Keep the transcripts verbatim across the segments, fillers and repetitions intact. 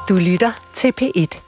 Du lytter til P et.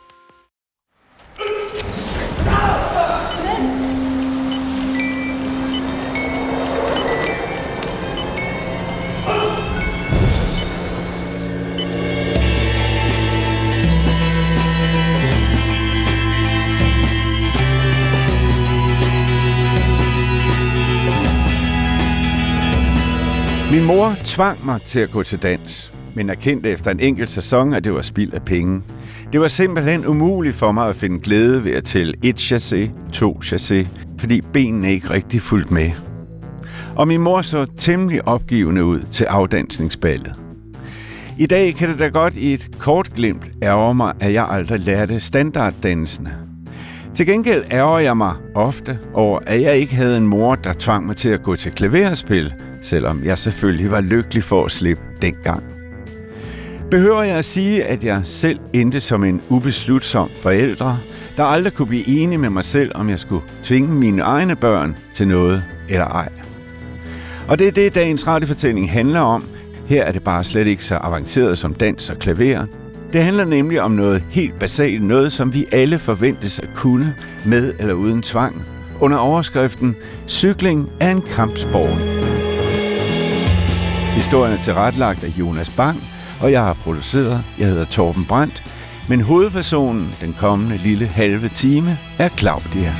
Min mor tvang mig til at gå til dans, men erkendte efter en enkelt sæson, at det var spild af penge. Det var simpelthen umuligt for mig at finde glæde ved at tælle et chassé, to chassé, fordi benene ikke rigtig fulgte med. Og min mor så temmelig opgivende ud til afdansningsballet. I dag kan det da godt i et kort glimt ærge mig, at jeg aldrig lærte standarddansene. Til gengæld ærger jeg mig ofte over, at jeg ikke havde en mor, der tvang mig til at gå til klaverspil, selvom jeg selvfølgelig var lykkelig for at slippe dengang. Behøver jeg at sige, at jeg selv endte som en ubeslutsom forælder, der aldrig kunne blive enig med mig selv, om jeg skulle tvinge mine egne børn til noget eller ej. Og det er det, dagens radiofortælling handler om. Her er det bare slet ikke så avanceret som dans og klaver. Det handler nemlig om noget helt basalt, noget som vi alle forventes at kunne, med eller uden tvang, under overskriften Cykling er en kampsport. Historien er tilrettelagt af Jonas Bang, og jeg har produceret, jeg hedder Torben Brandt, men hovedpersonen den kommende lille halve time er Claudia.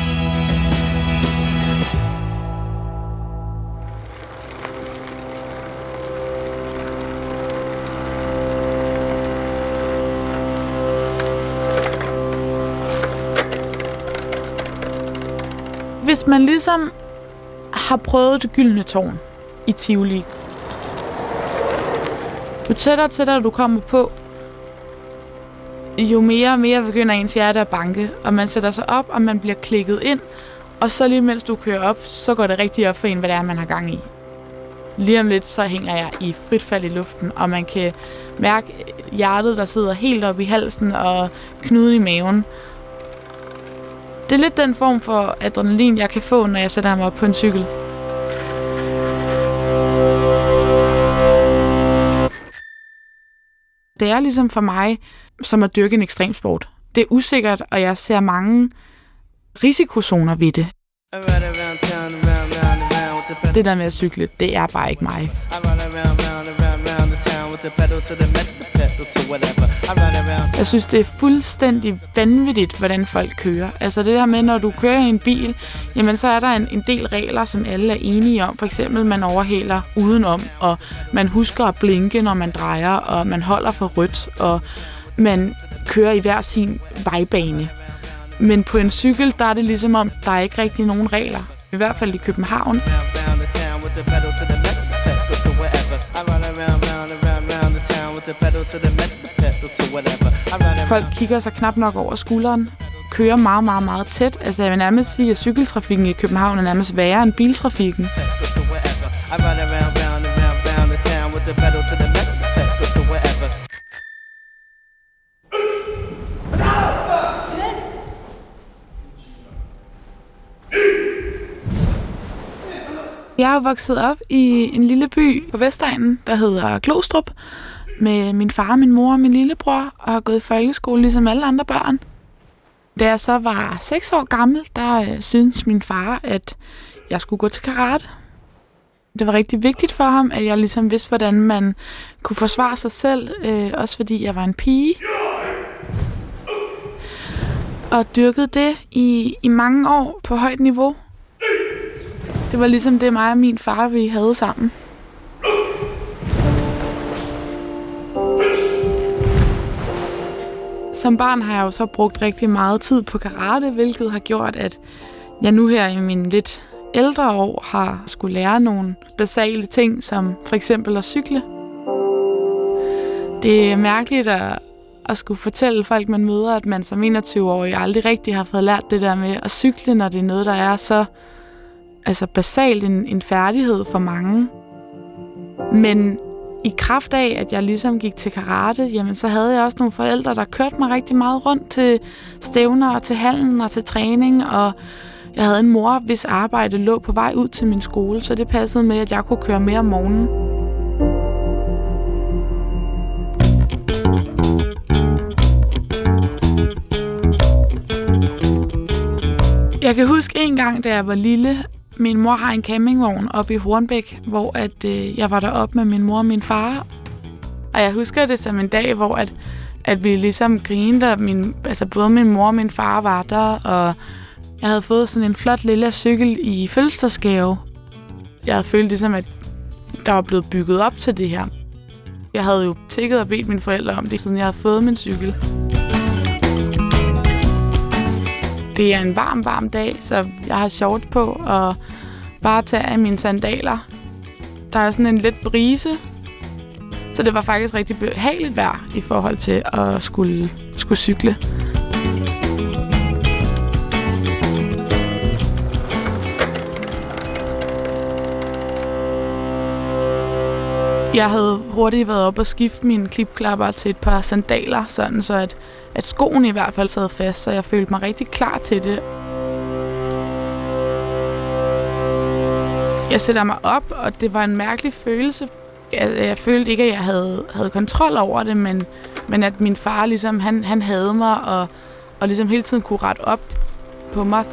Hvis man ligesom har prøvet det gyldne tårn i Tivoli, jo tættere og tættere du kommer på, jo mere og mere begynder ens hjerte at banke, og man sætter sig op, og man bliver klikket ind, og så lige mens du kører op, så går det rigtig op for en, hvad det er, man har gang i. Lige om lidt, så hænger jeg i frit fald i luften, og man kan mærke hjertet, der sidder helt oppe i halsen og knuden i maven. Det er lidt den form for adrenalin, jeg kan få, når jeg sætter mig op på en cykel. Det er ligesom for mig, som at dyrke en ekstremsport. Det er usikkert, og jeg ser mange risikozoner ved det. Det der med at cykle, det er bare ikke mig. Jeg synes, det er fuldstændig vanvittigt, hvordan folk kører. Altså det der med, når du kører i en bil, jamen så er der en, en del regler, som alle er enige om. For eksempel, man overhæler udenom, og man husker at blinke, når man drejer, og man holder for rødt, og man kører i hver sin vejbane. Men på en cykel, der er det ligesom om, der er ikke rigtig nogen regler. I hvert fald i København. Folk kigger sig knap nok over skulderen, kører meget, meget, meget tæt. Altså jeg vil nærmest sige, at cykeltrafikken i København er nærmest værre end biltrafikken. Jeg er jo vokset op i en lille by på Vestegnen, der hedder Glostrup, med min far, min mor og min lillebror, og har gået i folkeskole ligesom alle andre børn. Da jeg så var seks år gammel, der øh, syntes min far, at jeg skulle gå til karate. Det var rigtig vigtigt for ham, at jeg ligesom vidste, hvordan man kunne forsvare sig selv, øh, også fordi jeg var en pige. Og dyrkede det i, i mange år på højt niveau. Det var ligesom det, mig og min far, vi havde sammen. Som barn har jeg jo så brugt rigtig meget tid på karate, hvilket har gjort, at jeg nu her i mine lidt ældre år har skulle lære nogle basale ting, som for eksempel at cykle. Det er mærkeligt at, at skulle fortælle folk, man møder, at man som enogtyve-årig aldrig rigtig har fået lært det der med at cykle, når det er noget, der er så altså basalt en, en færdighed for mange. Men i kraft af, at jeg ligesom gik til karate, jamen så havde jeg også nogle forældre, der kørte mig rigtig meget rundt til stævner og til hallen og til træning, og jeg havde en mor, hvis arbejde lå på vej ud til min skole, så det passede med, at jeg kunne køre mere om morgenen. gang, da jeg var lille, min mor har en campingvogn oppe i Hornbæk, hvor at, øh, jeg var deroppe med min mor og min far. Og jeg husker det som en dag, hvor at, at vi ligesom grinede, og min, altså både min mor og min far var der, og jeg havde fået sådan en flot lille cykel i fødselsdagsgave. Jeg havde følt ligesom, at der var blevet bygget op til det her. Jeg havde jo tækket og bedt mine forældre om det, siden jeg havde fået min cykel. Det er en varm, varm dag, så jeg har shorts på og bare tage af mine sandaler. Der er sådan en let brise, så det var faktisk rigtig behageligt vejr i forhold til at skulle, skulle cykle. Jeg havde hurtigt været op og skifte mine klipklapper til et par sandaler, sådan så at, at skoen i hvert fald sad fast, så jeg følte mig rigtig klar til det. Jeg sætter mig op, og det var en mærkelig følelse. Jeg, jeg følte ikke, at jeg havde, havde kontrol over det, men, men at min far ligesom, han, han havde mig, og, og ligesom hele tiden kunne rette op på mig.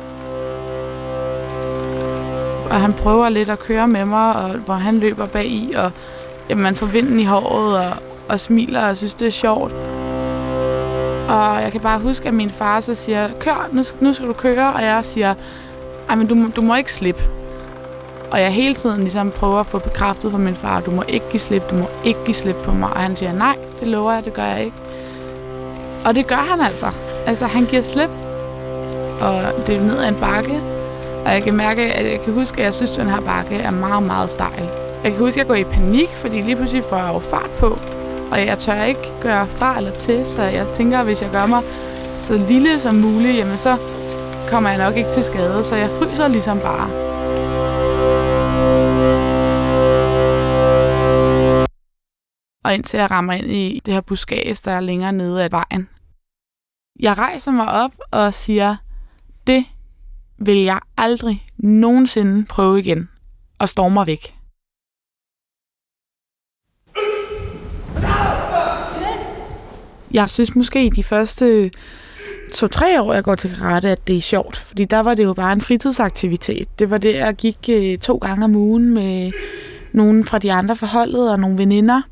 Og han prøver lidt at køre med mig, og hvor han løber bag i, og jamen, man får vinden i håret og, og smiler og synes, det er sjovt. Og jeg kan bare huske, at min far så siger, kør, nu, nu skal du køre, og jeg siger, ej, men du, du må ikke slippe. Og jeg hele tiden ligesom prøver at få bekræftet fra min far, du må ikke give slip, du må ikke give slip på mig. Og han siger, nej, det lover jeg, det gør jeg ikke. Og det gør han altså. Altså, han giver slip, og det er ned ad en bakke. Og jeg kan mærke, at jeg kan huske, at jeg synes, at den her bakke er meget, meget stejl. Jeg kan huske, at jeg går i panik, fordi lige pludselig får jeg jo fart på, og jeg tør ikke gøre fra eller til, så jeg tænker, at hvis jeg gør mig så lille som muligt, jamen så kommer jeg nok ikke til skade, så jeg fryser ligesom bare. Og indtil jeg rammer ind i det her buskads, der er længere nede af vejen. Jeg rejser mig op og siger, det vil jeg aldrig nogensinde prøve igen, og stormer væk. Jeg synes måske i de første to-tre år, jeg går til karate, at det er sjovt. Fordi der var det jo bare en fritidsaktivitet. Det var det, jeg gik øh, to gange om ugen med nogen fra de andre forholdet og nogle veninder.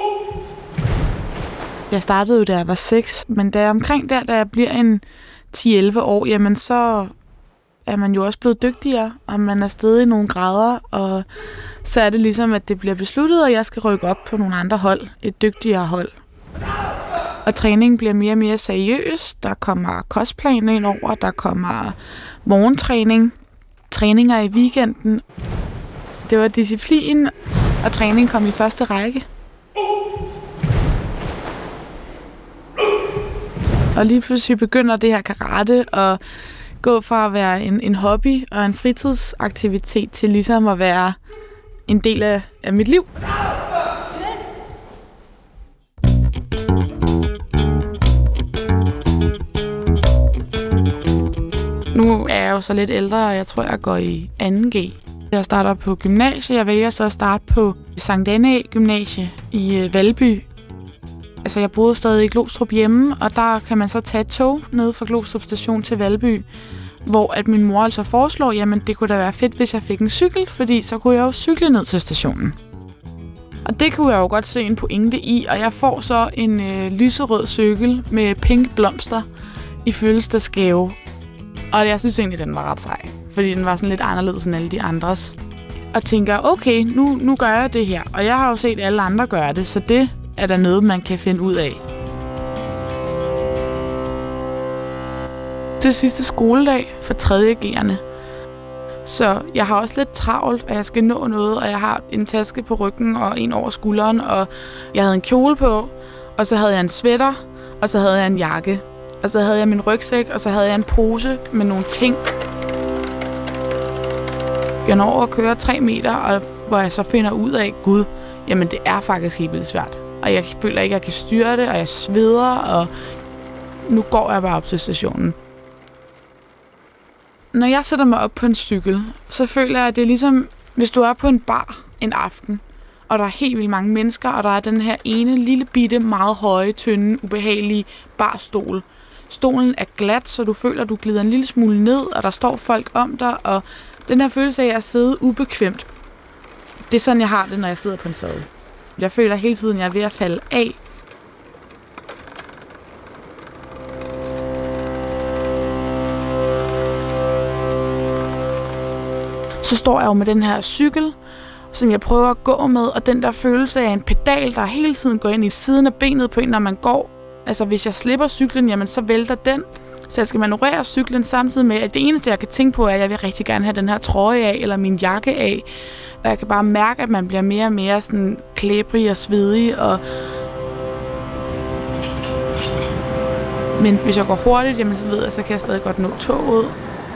Jeg startede jo, da jeg var seks, men da jeg omkring der, da jeg bliver en ti-elleve år, jamen så er man jo også blevet dygtigere, og man er stadig i nogle grader, og så er det ligesom, at det bliver besluttet, at jeg skal rykke op på nogle andre hold, et dygtigere hold. Og træningen bliver mere og mere seriøs. Der kommer kostplan ind over, der kommer morgentræning, træninger i weekenden. Det var disciplin, og træning kom i første række. Og lige pludselig begynder det her karate at gå fra at være en, en hobby og en fritidsaktivitet til ligesom at være en del af, af mit liv. Nu er jeg jo så lidt ældre, og jeg tror, jeg går i anden G. Jeg starter på gymnasiet. Jeg vælger så at starte på Sankt Annæ Gymnasie i Valby. Altså, jeg boede stadig i Glostrup hjemme, og der kan man så tage et tog ned fra Glostrup station til Valby, hvor at min mor altså foreslår, jamen det kunne da være fedt, hvis jeg fik en cykel, fordi så kunne jeg jo cykle ned til stationen. Og det kunne jeg jo godt se en pointe i, og jeg får så en øh, lyserød cykel med pink blomster i fødselsdagsgave. Og jeg synes egentlig, den var ret sej, fordi den var sådan lidt anderledes end alle de andres. Og tænker, okay, nu, nu gør jeg det her, og jeg har jo set alle andre gøre det, så det er der noget, man kan finde ud af. Det er sidste skoledag for tredje G'erne. Så jeg har også lidt travlt, og jeg skal nå noget, og jeg har en taske på ryggen og en over skulderen, og jeg havde en kjole på, og så havde jeg en sweater, og så havde jeg en jakke. Og så havde jeg min rygsæk, og så havde jeg en pose med nogle ting. Jeg når over at køre tre meter, og hvor jeg så finder ud af, gud, jamen det er faktisk helt vildt svært. Og jeg føler ikke, at jeg kan styre det, og jeg sveder, og nu går jeg bare op til stationen. Når jeg sætter mig op på en cykel, så føler jeg, at det er ligesom, hvis du er på en bar en aften, og der er helt vildt mange mennesker, og der er den her ene lille bitte, meget høje, tynde, ubehagelige barstol, stolen er glat, så du føler, at du glider en lille smule ned, og der står folk om dig, og den her følelse af at sidde ubekvemt, det er sådan, jeg har det, når jeg sidder på en sadel. Jeg føler hele tiden, at jeg er ved at falde af. Så står jeg jo med den her cykel, som jeg prøver at gå med, og den der følelse af en pedal, der hele tiden går ind i siden af benet på en, når man går. Altså, hvis jeg slipper cyklen, jamen, så vælter den. Så jeg skal manøvrere cyklen samtidig med, at det eneste, jeg kan tænke på, er, at jeg vil rigtig gerne have den her trøje af, eller min jakke af. Og jeg kan bare mærke, at man bliver mere og mere sådan klæbrig og svedig. Og men hvis jeg går hurtigt, jamen, så ved jeg, så kan jeg stadig godt nå toget.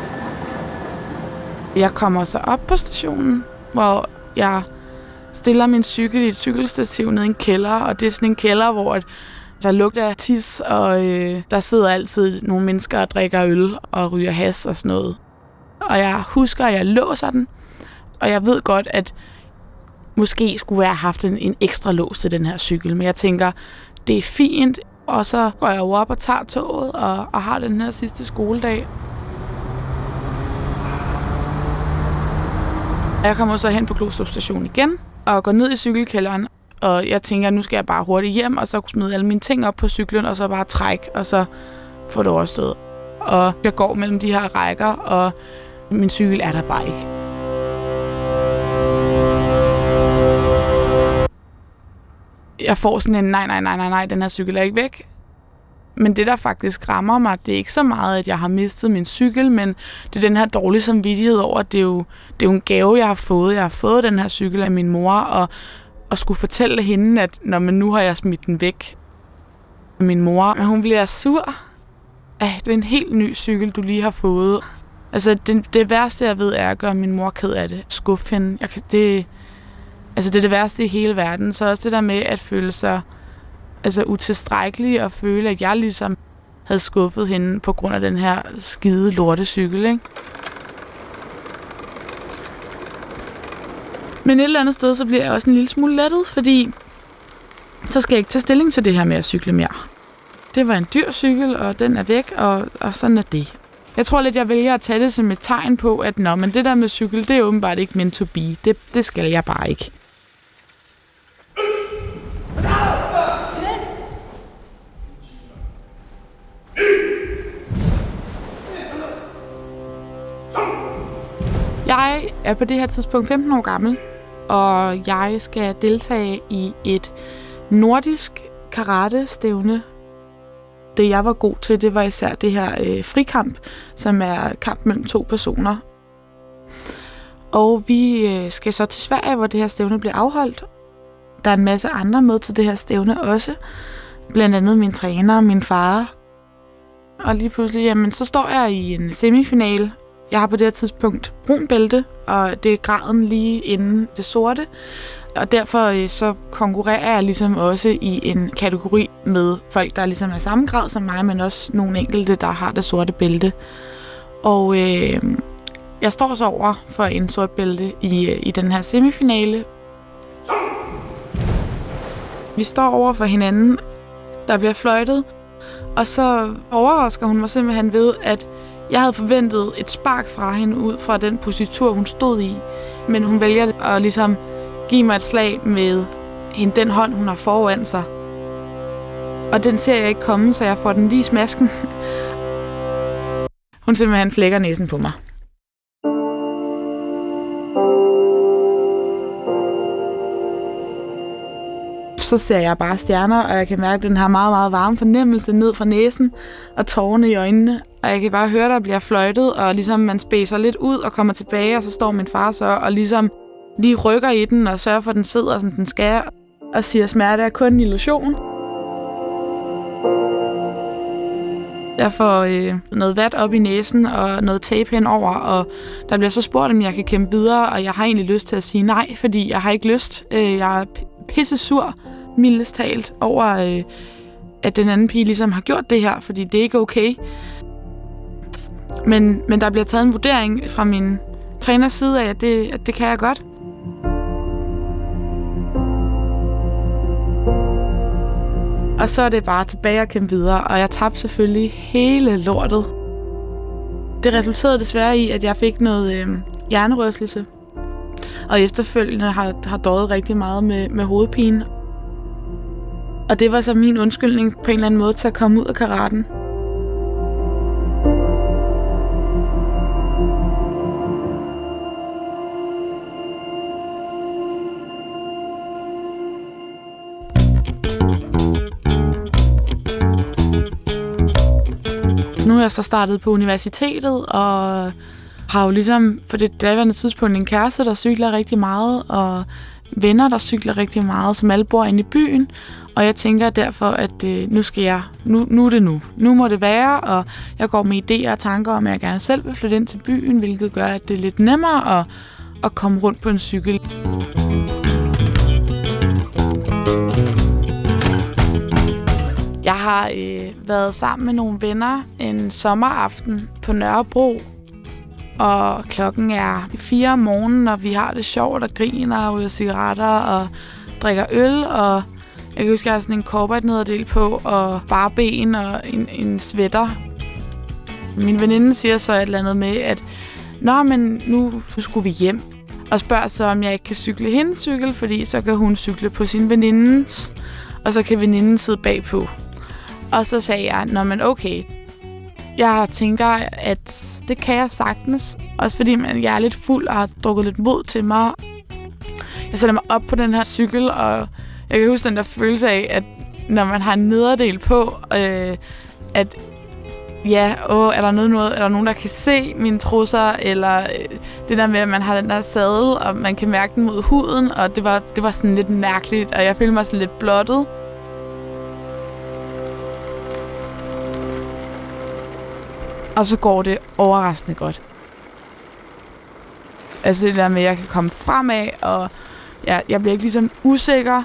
Jeg kommer så op på stationen, hvor jeg stiller min cykel i et cykelstativ nede i en kælder, og det er sådan en kælder, hvor der lugter tis, og øh, der sidder altid nogle mennesker og drikker øl og ryger hash og sådan noget. Og jeg husker, at jeg låser den, og jeg ved godt, at måske skulle jeg have haft en, en ekstra lås til den her cykel, men jeg tænker, det er fint, og så går jeg jo op og tager toget og, og har den her sidste skoledag. Jeg kommer så hen på Glostrup station igen og går ned i cykelkælderen, og jeg tænker, at nu skal jeg bare hurtigt hjem, og så smide alle mine ting op på cyklen, og så bare trække, og så få det overstået. Og jeg går mellem de her rækker, og min cykel er der bare ikke. Jeg får sådan en, nej, nej, nej, nej, nej, den her cykel er ikke væk. Men det, der faktisk rammer mig, det er ikke så meget, at jeg har mistet min cykel, men det er den her dårlige samvittighed over, at det er jo, det er jo en gave, jeg har fået. Jeg har fået den her cykel af min mor, og, og skulle fortælle hende, at når man nu har jeg smidt den væk. Min mor, men hun bliver sur. Ej, det er en helt ny cykel, du lige har fået. Altså, det, det værste, jeg ved, er at gøre min mor ked af det. Skuffe hende. Jeg kan, det, altså, det er det værste i hele verden. Så også det der med at føle sig altså utilstrækkelig og føle, at jeg ligesom havde skuffet hende på grund af den her skide lortecykel, ikke? Men et eller andet sted, så bliver jeg også en lille smule lettet, fordi så skal jeg ikke tage stilling til det her med at cykle mere. Det var en dyr cykel, og den er væk, og, og sådan er det. Jeg tror lidt, jeg vælger at tage det som et tegn på, at nå, men det der med cykel, det er åbenbart ikke meant to be. Det, det skal jeg bare ikke. Jeg er på det her tidspunkt femten år gammel, og jeg skal deltage i et nordisk karate-stævne. Det, jeg var god til, det var især det her øh, frikamp, som er kamp mellem to personer. Og vi øh, skal så til Sverige, hvor det her stævne bliver afholdt. Der er en masse andre med til det her stævne også. Blandt andet min træner og min far. Og lige pludselig, jamen, så står jeg i en semifinale. Jeg har på det her tidspunkt brun bælte, og det er graden lige inden det sorte. Og derfor så konkurrerer jeg ligesom også i en kategori med folk, der ligesom er samme grad som mig, men også nogle enkelte, der har det sorte bælte. Og øh, jeg står så over for en sort bælte i, i den her semifinale. Vi står over for hinanden, der bliver fløjtet, og så overrasker hun mig simpelthen ved, at jeg havde forventet et spark fra hende ud fra den positur, hun stod i. Men hun vælger at ligesom give mig et slag med hende, den hånd, hun har foran sig. Og den ser jeg ikke komme, så jeg får den lige i smasken. Hun simpelthen flækker næsen på mig. Så ser jeg bare stjerner, og jeg kan mærke den her meget, meget varme fornemmelse ned fra næsen og tårerne i øjnene. Og jeg kan bare høre, der bliver fløjtet, og ligesom man spæser lidt ud og kommer tilbage, og så står min far så og ligesom lige rykker i den og sørger for, at den sidder, som den skal, og siger, at smerte er kun en illusion. Jeg får øh, noget vat op i næsen og noget tape henover, og der bliver så spurgt, om jeg kan kæmpe videre, og jeg har egentlig lyst til at sige nej, fordi jeg har ikke lyst. Øh, jeg er pisse sur, mildest talt, over øh, at den anden pige ligesom har gjort det her, fordi det er ikke okay. Men, men der bliver taget en vurdering fra min træners side af, at det, at det kan jeg godt. Og så er det bare tilbage og kæmpe videre, og jeg tabte selvfølgelig hele lortet. Det resulterede desværre i, at jeg fik noget øh, hjernerystelse, og efterfølgende har, har døjet rigtig meget med, med hovedpine. Og det var så min undskyldning på en eller anden måde til at komme ud af karaten. Nu er jeg så startet på universitetet, og har jo ligesom på det daværende tidspunkt en kæreste, der cykler rigtig meget, og venner, der cykler rigtig meget, som alle bor inde i byen. Og jeg tænker derfor, at øh, nu skal jeg, nu, nu er det nu. Nu må det være, og jeg går med idéer og tanker om, at jeg gerne selv vil flytte ind til byen, hvilket gør, at det er lidt nemmere at, at komme rundt på en cykel. Jeg har øh, været sammen med nogle venner en sommeraften på Nørrebro, og klokken er fire om morgenen, og vi har det sjovt og griner og ryger cigaretter og drikker øl, og jeg kan huske, at jeg har sådan en cowboy-nederdel på, og bare ben og en, en sweater. Min veninde siger så et eller andet med, at nå, men nu, nu skulle vi hjem, og spørger så, om jeg ikke kan cykle hendes cykel, fordi så kan hun cykle på sin venindens, og så kan veninden sidde bagpå. Og så sagde jeg, nå, men okay, jeg tænker, at det kan jeg sagtens, også fordi man, jeg er lidt fuld og har drukket lidt mod til mig. Jeg sætter mig op på den her cykel, og jeg kan huske den der følelse af, at når man har en nederdel på, øh, at ja, åh, er der noget, noget, er der nogen, der kan se mine trusser, eller øh, det der med, at man har den der sadel, og man kan mærke den mod huden, og det var, det var sådan lidt mærkeligt, og jeg følte mig sådan lidt blottet. Og så går det overraskende godt. Altså det der med, at jeg kan komme fremad, og jeg, jeg bliver ikke ligesom usikker,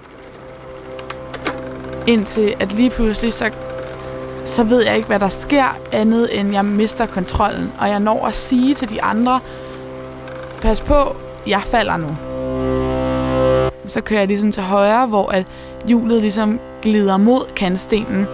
indtil at lige pludselig, så, så ved jeg ikke, hvad der sker, andet end jeg mister kontrollen. Og jeg når at sige til de andre, pas på, jeg falder nu. Så kører jeg ligesom til højre, hvor at hjulet ligesom glider mod kantstenen.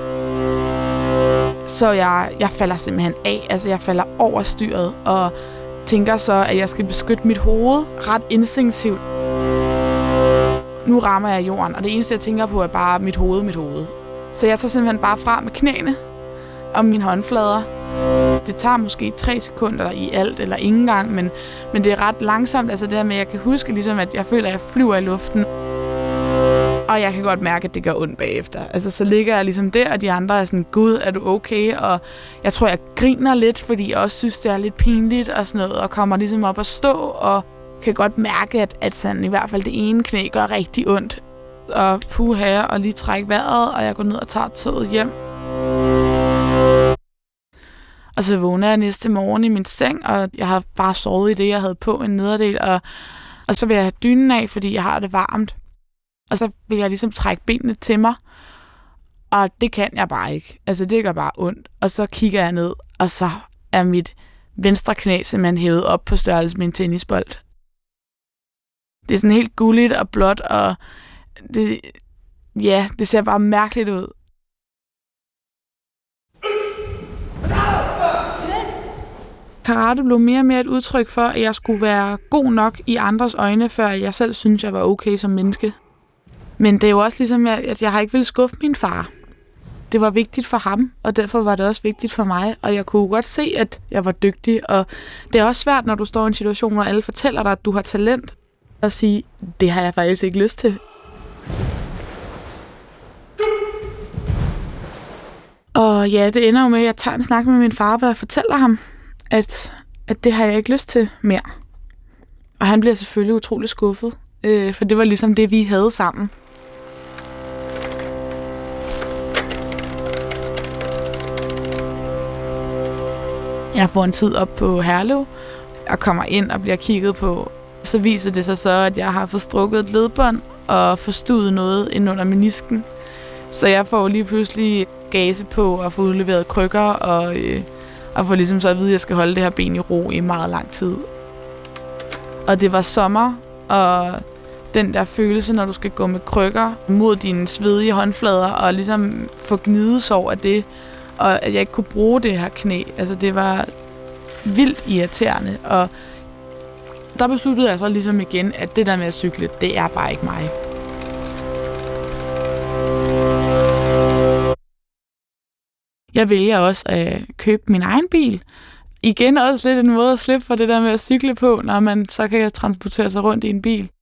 Så jeg, jeg falder simpelthen af, altså jeg falder over styret, og tænker så, at jeg skal beskytte mit hoved ret instinktivt. Nu rammer jeg jorden, og det eneste, jeg tænker på, er bare mit hoved, mit hoved. Så jeg tager simpelthen bare fra med knæene og mine håndflader. Det tager måske tre sekunder i alt, eller ingen gang, men, men det er ret langsomt. Altså det der med, at jeg kan huske, ligesom, at jeg føler, at jeg flyver i luften. Og jeg kan godt mærke, at det gør ondt bagefter. Altså, så ligger jeg ligesom der, og de andre er sådan, gud, er du okay? Og jeg tror, jeg griner lidt, fordi jeg også synes, det er lidt pinligt og sådan noget, og kommer ligesom op at stå, og kan godt mærke, at, at sådan, i hvert fald det ene knæ gør rigtig ondt. Og puha, og lige trække vejret, og jeg går ned og tager toget hjem. Og så vågner jeg næste morgen i min seng, og jeg har bare sovet i det, jeg havde på, en nederdel, og, og så vil jeg have dynen af, fordi jeg har det varmt. Og så vil jeg ligesom trække benene til mig, og det kan jeg bare ikke. Altså, det gør bare ondt. Og så kigger jeg ned, og så er mit venstre knæ simpelthen hævet op på størrelse med en tennisbold. Det er sådan helt gulligt og blåt, og det, ja, det ser bare mærkeligt ud. Karate blev mere og mere et udtryk for, at jeg skulle være god nok i andres øjne, før jeg selv synes, jeg var okay som menneske. Men det er jo også ligesom, at jeg har ikke ville skuffe min far. Det var vigtigt for ham, og derfor var det også vigtigt for mig. Og jeg kunne godt se, at jeg var dygtig. Og det er også svært, når du står i en situation, hvor alle fortæller dig, at du har talent. Og sige, det har jeg faktisk ikke lyst til. Og ja, det ender jo med, at jeg tager en snak med min far, hvor jeg fortæller ham, at, at det har jeg ikke lyst til mere. Og han bliver selvfølgelig utrolig skuffet, øh, for det var ligesom det, vi havde sammen. Jeg får en tid op på Herlev, og kommer ind og bliver kigget på. Så viser det sig så, at jeg har forstrukket et ledbånd og forstudet noget ind under menisken. Så jeg får lige pludselig gase på og får udleveret krykker, og, øh, og får ligesom så at vide, at jeg skal holde det her ben i ro i meget lang tid. Og det var sommer, og den der følelse, når du skal gå med krykker mod dine svedige håndflader og ligesom få gnidesår af det, og at jeg ikke kunne bruge det her knæ. Altså, det var vildt irriterende, og der besluttede jeg så ligesom igen, at det der med at cykle, det er bare ikke mig. Jeg vælger også at købe min egen bil. Igen også lidt en måde at slippe for det der med at cykle på, når man så kan transportere sig rundt i en bil.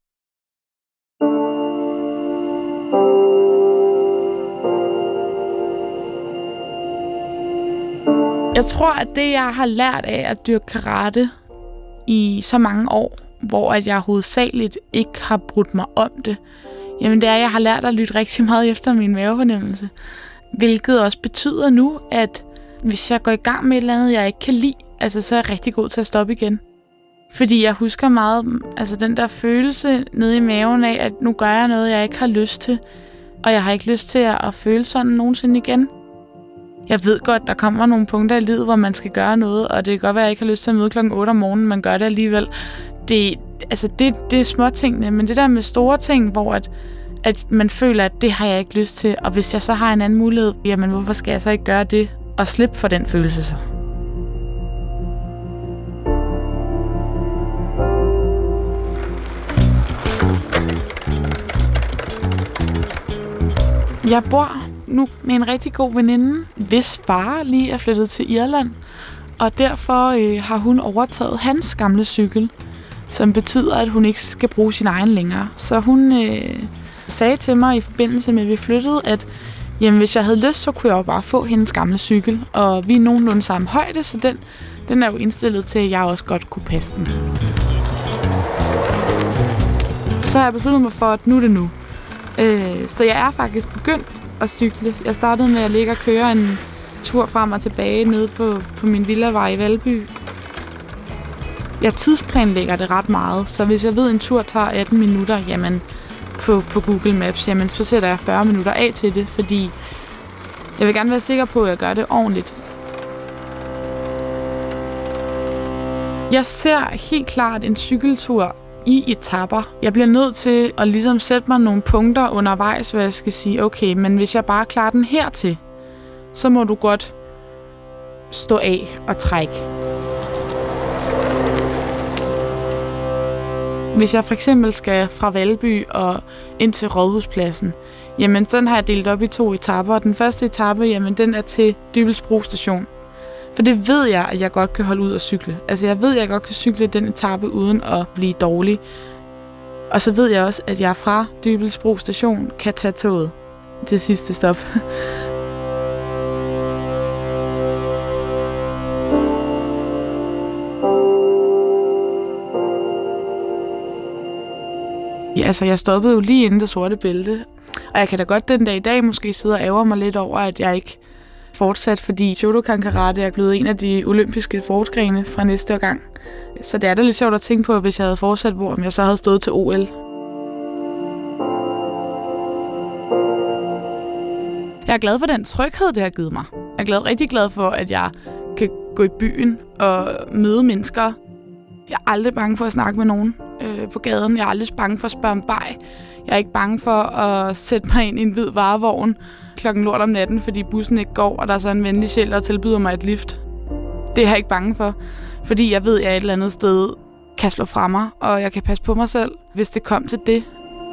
Jeg tror, at det, jeg har lært af at dyrke karate i så mange år, hvor at jeg hovedsageligt ikke har brudt mig om det, jamen det er, at jeg har lært at lytte rigtig meget efter min mavefornemmelse. Hvilket også betyder nu, at hvis jeg går i gang med et eller andet, jeg ikke kan lide, altså, så er jeg rigtig god til at stoppe igen. Fordi jeg husker meget altså, den der følelse nede i maven af, at nu gør jeg noget, jeg ikke har lyst til. Og jeg har ikke lyst til at føle sådan nogensinde igen. Jeg ved godt, der kommer nogle punkter i livet, hvor man skal gøre noget, og det kan godt være, at jeg ikke har lyst til at møde klokken otte om morgenen, man gør det alligevel. Det, altså, det, det er små tingene, men det der med store ting, hvor at, at man føler, at det har jeg ikke lyst til, og hvis jeg så har en anden mulighed, jamen hvorfor skal jeg så ikke gøre det, og slippe for den følelse så? Jeg bor nu med en rigtig god veninde, hvis far lige er flyttet til Irland, og derfor øh, har hun overtaget hans gamle cykel, som betyder, at hun ikke skal bruge sin egen længere. Så hun øh, sagde til mig i forbindelse med, at vi flyttede, at jamen, hvis jeg havde lyst, så kunne jeg jo bare få hendes gamle cykel, og vi er nogenlunde samme højde, så den, den er jo indstillet til, at jeg også godt kunne passe den. Så har jeg besluttet mig for, at nu er det nu. Øh, så jeg er faktisk begyndt at cykle. Jeg startede med at ligge og køre en tur frem og tilbage nede på, på min villavej i Valby. Jeg tidsplanlægger det ret meget, så hvis jeg ved, at en tur tager atten minutter, jamen på, på Google Maps, jamen så sætter jeg fyrre minutter af til det, fordi jeg vil gerne være sikker på, at jeg gør det ordentligt. Jeg ser helt klart en cykeltur i etaper. Jeg bliver nødt til at ligesom sætte mig nogle punkter undervejs, hvor jeg skal sige, okay, men hvis jeg bare klarer den hertil, så må du godt stå af og trække. Hvis jeg for eksempel skal fra Valby og ind til Rådhuspladsen, jamen den har jeg delt op i to etaper, og den første etape, jamen den er til Dybbølsbro station. For det ved jeg, at jeg godt kan holde ud og cykle. Altså jeg ved, at jeg godt kan cykle den etape uden at blive dårlig. Og så ved jeg også, at jeg fra Dybbølsbro station kan tage toget til sidste stop. Ja, altså jeg stoppede jo lige inden det sorte bælte. Og jeg kan da godt den dag i dag måske sidde og ærger mig lidt over, at jeg ikke fortsat, fordi Shotokan Karate er blevet en af de olympiske sportsgrene fra næste gang. Så det er da lidt sjovt at tænke på, hvis jeg havde fortsat, hvor jeg så havde stået til O L. Jeg er glad for den tryghed, det har givet mig. Jeg er glad, rigtig glad for, at jeg kan gå i byen og møde mennesker. Jeg er aldrig bange for at snakke med nogen øh, på gaden. Jeg er aldrig bange for at spørge om baj. Jeg er ikke bange for at sætte mig ind i en hvid varevogn klokken lort om natten, fordi bussen ikke går, og der er så en venlig sjæl, der tilbyder mig et lift. Det er jeg ikke bange for, fordi jeg ved, at jeg et eller andet sted kan slå fra mig, og jeg kan passe på mig selv, hvis det kom til det.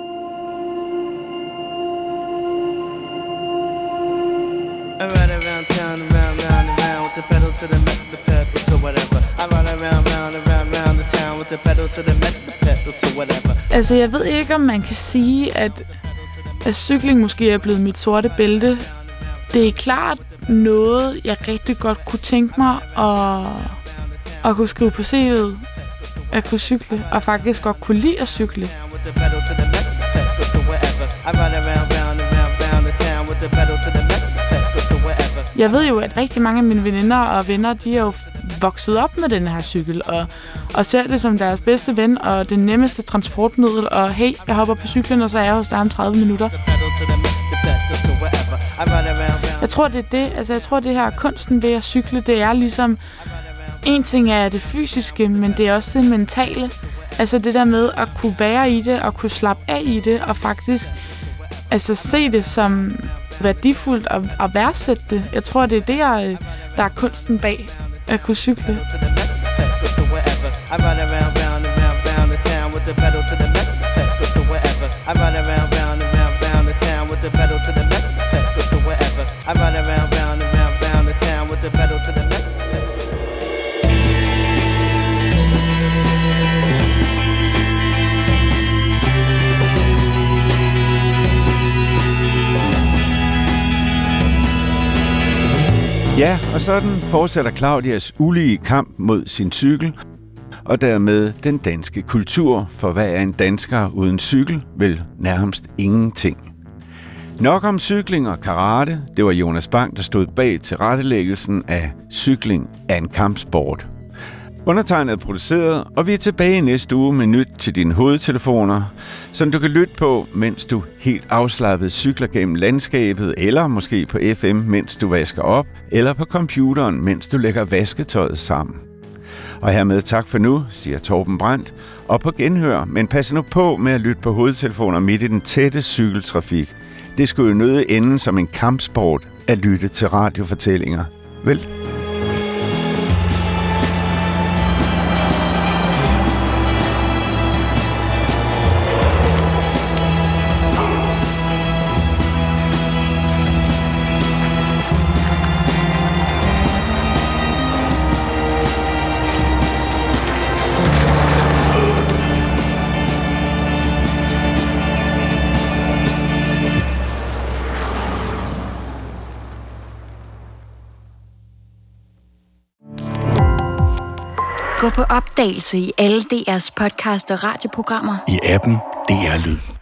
Altså, jeg ved ikke, om man kan sige, at, at cykling måske er blevet mit sorte bælte. Det er klart noget, jeg rigtig godt kunne tænke mig at, at kunne skrive på C V'et. At kunne cykle, og faktisk godt kunne lide at cykle. Jeg ved jo, at rigtig mange af mine veninder og venner, de er jo vokset op med den her cykel, og, og ser det som deres bedste ven, og det nemmeste transportmiddel, og hey, jeg hopper på cyklen, og så er jeg hos dig om tredive minutter. Jeg tror, det er det. Altså, jeg tror, det her kunsten ved at cykle, det er ligesom, en ting er det fysiske, men det er også det mentale. Altså det der med at kunne være i det, og kunne slappe af i det, og faktisk altså se det som værdifuldt og, og værdsætte det. Jeg tror, det er det, jeg, der er kunsten bag at kunne cykle. Ja, og sådan fortsætter Claudias ulige kamp mod sin cykel, og dermed den danske kultur, for hvad er en dansker uden cykel? Vel nærmest ingenting. Nok om cykling og karate. Det var Jonas Bang, der stod bag tilrettelæggelsen af Cykling af en kampsport. Undertegnet er produceret, og vi er tilbage næste uge med nyt til dine hovedtelefoner, som du kan lytte på, mens du helt afslappet cykler gennem landskabet, eller måske på F M, mens du vasker op, eller på computeren, mens du lægger vasketøjet sammen. Og hermed tak for nu, siger Torben Brandt, og på genhør, men pas nu på med at lytte på hovedtelefoner midt i den tætte cykeltrafik. Det skulle jo nødt ende som en kampsport at lytte til radiofortællinger. Vel? Gå på opdagelse i alle D R's podcast og radioprogrammer. I appen D R Lyd.